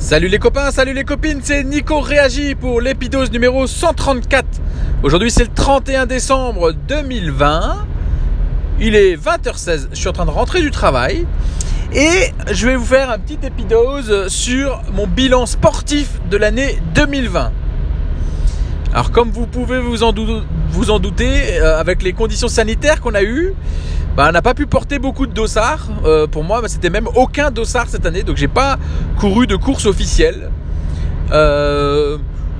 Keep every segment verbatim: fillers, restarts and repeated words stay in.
Salut les copains, salut les copines, c'est Nico Réagi pour l'épidose numéro cent trente-quatre. Aujourd'hui c'est le trente et un décembre deux mille vingt. Il est vingt heures seize, je suis en train de rentrer du travail. Et je vais vous faire un petit épidose sur mon bilan sportif de l'année deux mille vingt. Alors comme vous pouvez vous en, dou- vous en douter, euh, avec les conditions sanitaires qu'on a eues, bah, on n'a pas pu porter beaucoup de dossards. Euh, pour moi, bah, c'était même aucun dossard cette année, donc j'ai pas couru de course officielle. Euh,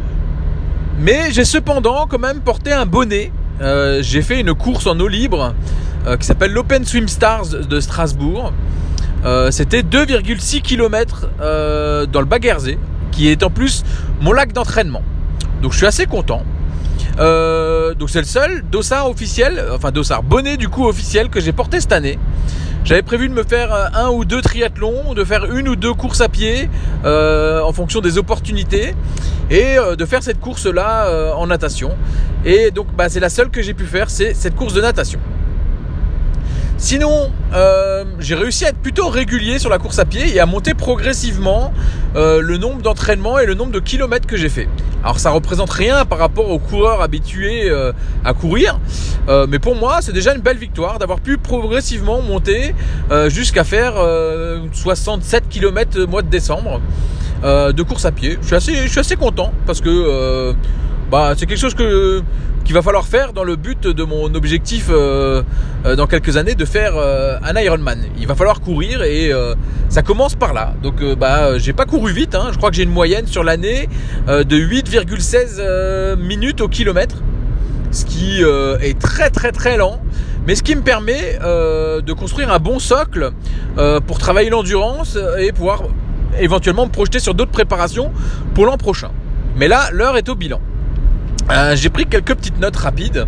mais j'ai cependant quand même porté un bonnet. Euh, j'ai fait une course en eau libre euh, qui s'appelle l'Open Swim Stars de Strasbourg. Euh, c'était deux virgule six kilomètres euh, dans le Baguersee, qui est en plus mon lac d'entraînement. Donc je suis assez content. Euh, donc c'est le seul dossard officiel, enfin dossard bonnet du coup officiel que j'ai porté cette année. J'avais prévu de me faire un ou deux triathlons, de faire une ou deux courses à pied euh, en fonction des opportunités et euh, de faire cette course là euh, en natation. Et donc bah, c'est la seule que j'ai pu faire, c'est cette course de natation. Sinon, euh, j'ai réussi à être plutôt régulier sur la course à pied et à monter progressivement euh, le nombre d'entraînements et le nombre de kilomètres que j'ai fait. Alors ça représente rien par rapport aux coureurs habitués euh, à courir, euh, mais pour moi c'est déjà une belle victoire d'avoir pu progressivement monter euh, jusqu'à faire euh, soixante-sept kilomètres au mois de décembre euh, de course à pied. Je suis assez, je suis assez content parce que euh, bah, c'est quelque chose que qu'il va falloir faire dans le but de mon objectif euh, euh, dans quelques années de faire euh, un Ironman. Il va falloir courir et euh, ça commence par là. Donc euh, bah j'ai pas couru vite, hein. Je crois que j'ai une moyenne sur l'année euh, de huit virgule seize euh, minutes au kilomètre, ce qui euh, est très très très lent, mais ce qui me permet euh, de construire un bon socle euh, pour travailler l'endurance et pouvoir éventuellement me projeter sur d'autres préparations pour l'an prochain. Mais là, l'heure est au bilan. Euh, j'ai pris quelques petites notes rapides.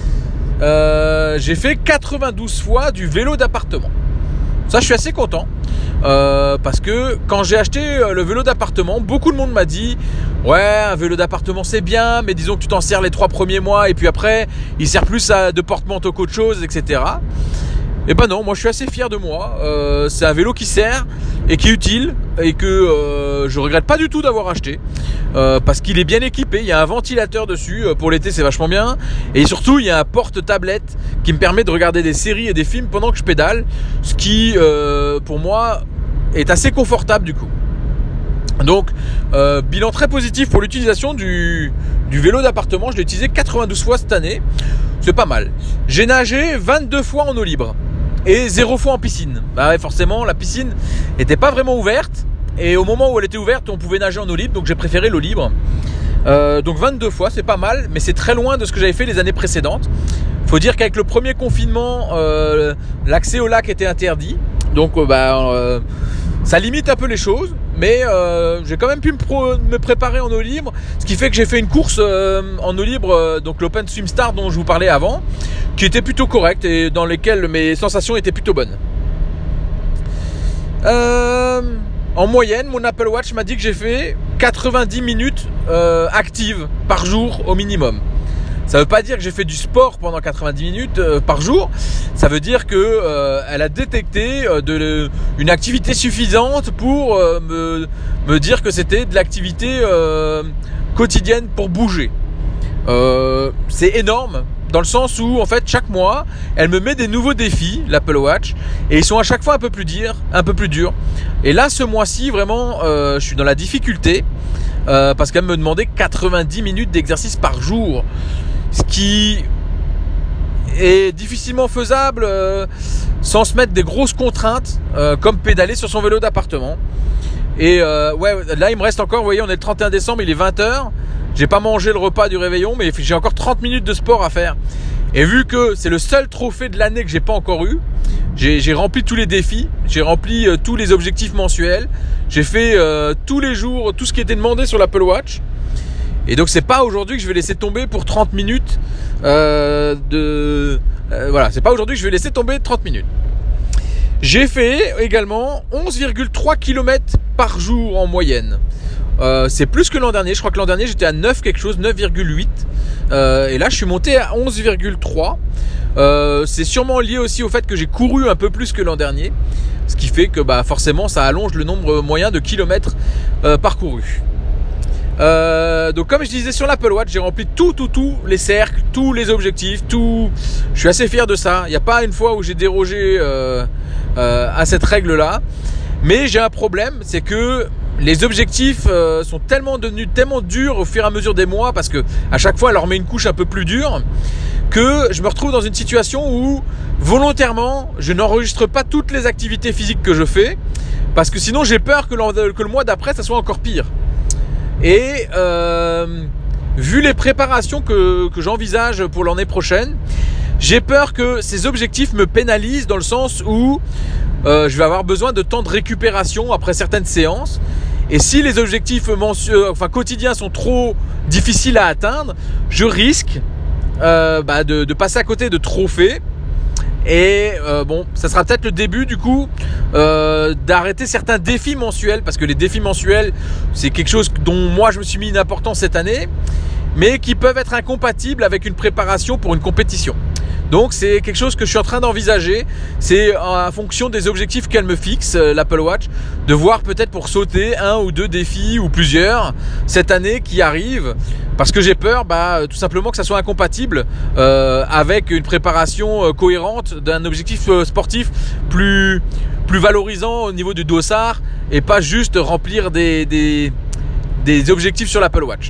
Euh, j'ai fait quatre-vingt-douze fois du vélo d'appartement. Ça, je suis assez content. Euh, parce que quand j'ai acheté le vélo d'appartement, beaucoup de monde m'a dit « Ouais, un vélo d'appartement c'est bien, mais disons que tu t'en sers les trois premiers mois et puis après, il sert plus à, de porte-manteau qu'autre chose, et cetera » Et ben non, moi je suis assez fier de moi. Euh, c'est un vélo qui sert et qui est utile et que euh, je regrette pas du tout d'avoir acheté euh, parce qu'il est bien équipé. Il y a un ventilateur dessus pour l'été, c'est vachement bien. Et surtout, il y a un porte-tablette qui me permet de regarder des séries et des films pendant que je pédale, ce qui euh, pour moi est assez confortable du coup. Donc, euh, bilan très positif pour l'utilisation du, du vélo d'appartement. Je l'ai utilisé quatre-vingt-douze fois cette année. C'est pas mal. J'ai nagé vingt-deux fois en eau libre et zéro fois en piscine. Bah ouais, forcément, la piscine n'était pas vraiment ouverte. Et au moment où elle était ouverte, on pouvait nager en eau libre. Donc j'ai préféré l'eau libre. Euh, donc vingt-deux fois, c'est pas mal. Mais c'est très loin de ce que j'avais fait les années précédentes. Faut dire qu'avec le premier confinement, euh, l'accès au lac était interdit. Donc euh, bah... Euh, ça limite un peu les choses, mais euh, j'ai quand même pu me, pro- me préparer en eau libre, ce qui fait que j'ai fait une course euh, en eau libre, euh, donc l'Open Swim Star dont je vous parlais avant, qui était plutôt correcte et dans lesquelles mes sensations étaient plutôt bonnes. Euh, en moyenne, mon Apple Watch m'a dit que j'ai fait quatre-vingt-dix minutes euh, actives par jour au minimum. Ça veut pas dire que j'ai fait du sport pendant quatre-vingt-dix minutes euh, par jour. Ça veut dire que euh, elle a détecté euh, de, le, une activité suffisante pour euh, me, me dire que c'était de l'activité euh, quotidienne pour bouger. Euh, c'est énorme dans le sens où en fait chaque mois, elle me met des nouveaux défis, l'Apple Watch, et ils sont à chaque fois un peu plus durs, un peu plus durs. Et là, ce mois-ci, vraiment, euh, je suis dans la difficulté euh, parce qu'elle me demandait quatre-vingt-dix minutes d'exercice par jour. Ce qui est difficilement faisable euh, sans se mettre des grosses contraintes euh, comme pédaler sur son vélo d'appartement. Et euh, ouais, là il me reste encore, vous voyez, on est le trente et un décembre, il est vingt heures. J'ai pas mangé le repas du réveillon, mais j'ai encore trente minutes de sport à faire. Et vu que c'est le seul trophée de l'année que j'ai pas encore eu, j'ai, j'ai rempli tous les défis, j'ai rempli euh, tous les objectifs mensuels, j'ai fait euh, tous les jours tout ce qui était demandé sur l'Apple Watch. Et donc c'est pas aujourd'hui que je vais laisser tomber pour trente minutes euh, de... Euh, voilà, c'est pas aujourd'hui que je vais laisser tomber trente minutes. J'ai fait également onze virgule trois kilomètres par jour en moyenne. Euh, c'est plus que l'an dernier. Je crois que l'an dernier j'étais à neuf quelque chose, neuf virgule huit. Euh, et là je suis monté à onze virgule trois. Euh, c'est sûrement lié aussi au fait que j'ai couru un peu plus que l'an dernier. ce qui fait que bah, forcément ça allonge le nombre moyen de kilomètres euh, parcourus. Euh, donc comme je disais sur l'Apple Watch, j'ai rempli tout, tout, tout les cercles, tous les objectifs, tout. Je suis assez fier de ça. Il n'y a pas une fois où j'ai dérogé euh, euh, à cette règle-là. Mais j'ai un problème, c'est que les objectifs euh, sont tellement devenus tellement durs au fur et à mesure des mois, parce que à chaque fois, elle leur met une couche un peu plus dure, que je me retrouve dans une situation où volontairement, je n'enregistre pas toutes les activités physiques que je fais, parce que sinon, j'ai peur que, que le mois d'après, ça soit encore pire. Et euh, vu les préparations que, que j'envisage pour l'année prochaine, j'ai peur que ces objectifs me pénalisent dans le sens où euh, je vais avoir besoin de temps de récupération après certaines séances. Et si les objectifs mensu- enfin, quotidiens sont trop difficiles à atteindre, je risque euh, bah, de, de passer à côté de trophées. Et euh, bon, ça sera peut-être le début du coup euh, d'arrêter certains défis mensuels, parce que les défis mensuels, c'est quelque chose dont moi je me suis mis une importance cette année, mais qui peuvent être incompatibles avec une préparation pour une compétition. Donc c'est quelque chose que je suis en train d'envisager. C'est en fonction des objectifs qu'elle me fixe, l'Apple Watch, de voir peut-être pour sauter un ou deux défis ou plusieurs cette année qui arrivent, parce que j'ai peur bah, tout simplement que ça soit incompatible euh, avec une préparation cohérente d'un objectif sportif plus, plus valorisant au niveau du dossard, et pas juste remplir des, des, des objectifs sur l'Apple Watch.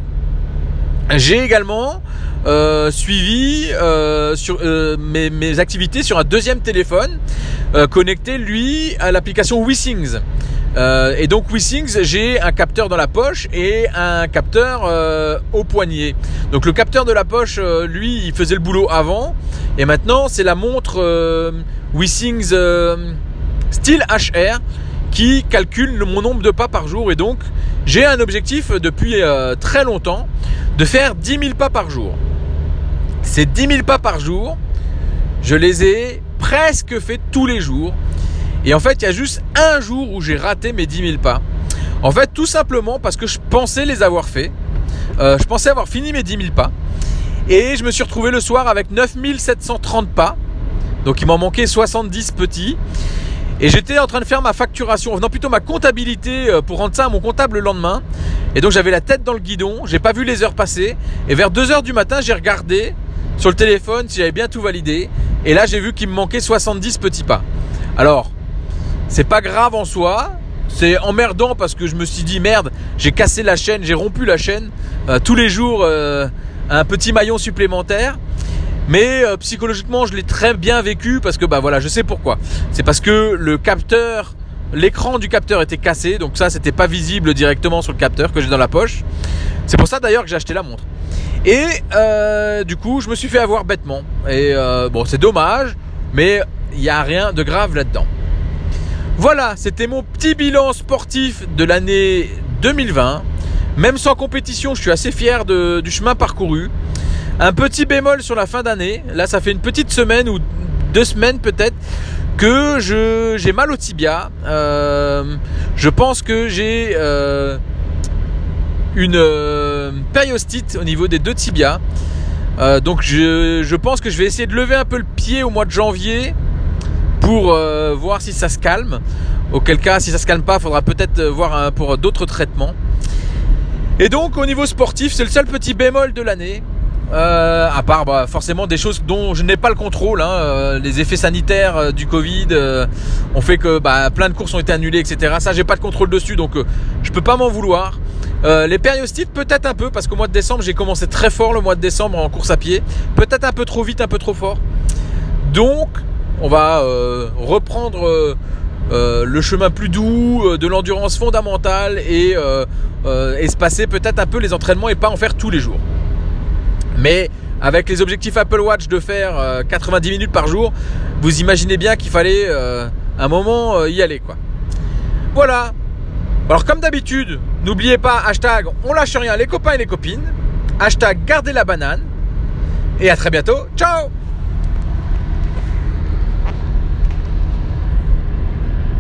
J'ai également euh, suivi euh, sur, euh, mes, mes activités sur un deuxième téléphone euh, connecté lui à l'application WeThings. Euh, et donc WeThings, j'ai un capteur dans la poche et un capteur euh, au poignet. Donc le capteur de la poche, euh, lui, il faisait le boulot avant, et maintenant c'est la montre euh, WeThings euh, Style H R qui calcule le, mon nombre de pas par jour. Et donc j'ai un objectif depuis euh, très longtemps de faire dix mille pas par jour. Ces dix mille pas par jour, je les ai presque fait tous les jours. Et en fait, il y a juste un jour où j'ai raté mes dix mille pas. En fait, tout simplement parce que je pensais les avoir faits. Euh, je pensais avoir fini mes dix mille pas. Et je me suis retrouvé le soir avec neuf mille sept cent trente pas. Donc il m'en manquait soixante-dix petits. Et j'étais en train de faire ma facturation, non plutôt ma comptabilité pour rendre ça à mon comptable le lendemain. Et donc j'avais la tête dans le guidon, j'ai pas vu les heures passer. Et vers deux heures du matin, j'ai regardé sur le téléphone si j'avais bien tout validé. Et là, j'ai vu qu'il me manquait soixante-dix petits pas. Alors, c'est pas grave en soi. C'est emmerdant parce que je me suis dit merde, j'ai cassé la chaîne, j'ai rompu la chaîne. Euh, tous les jours, euh, un petit maillon supplémentaire. Mais euh, psychologiquement, je l'ai très bien vécu parce que bah voilà, je sais pourquoi. C'est parce que le capteur, l'écran du capteur était cassé, donc ça, c'était pas visible directement sur le capteur que j'ai dans la poche. C'est pour ça d'ailleurs que j'ai acheté la montre. Et euh, du coup, je me suis fait avoir bêtement. Et euh, bon, c'est dommage, mais il n'y a rien de grave là-dedans. Voilà, c'était mon petit bilan sportif de l'année deux mille vingt. Même sans compétition, je suis assez fier de, du chemin parcouru. Un petit bémol sur la fin d'année. Là, ça fait une petite semaine ou deux semaines peut-être que je, j'ai mal au tibia. Euh, je pense que j'ai euh, une euh, périostite au niveau des deux tibias. Euh, donc, je, je pense que je vais essayer de lever un peu le pied au mois de janvier pour euh, voir si ça se calme. Auquel cas, si ça se calme pas, il faudra peut-être voir un, pour d'autres traitements. Et donc, au niveau sportif, c'est le seul petit bémol de l'année. Euh, à part bah, forcément des choses dont je n'ai pas le contrôle, hein, euh, les effets sanitaires euh, du Covid euh, ont fait que bah, plein de courses ont été annulées, et cetera. Ça, j'ai pas de contrôle dessus, donc euh, je peux pas m'en vouloir. Euh, les périostites, peut-être un peu, parce qu'au mois de décembre, j'ai commencé très fort le mois de décembre en course à pied, peut-être un peu trop vite, un peu trop fort. Donc, on va euh, reprendre euh, euh, le chemin plus doux euh, de l'endurance fondamentale et euh, euh, espacer peut-être un peu les entraînements et pas en faire tous les jours. Mais avec les objectifs Apple Watch de faire euh, quatre-vingt-dix minutes par jour, vous imaginez bien qu'il fallait euh, un moment euh, y aller, quoi. Voilà. Alors comme d'habitude, n'oubliez pas hashtag on lâche rien les copains et les copines, hashtag gardez la banane, et à très bientôt. Ciao.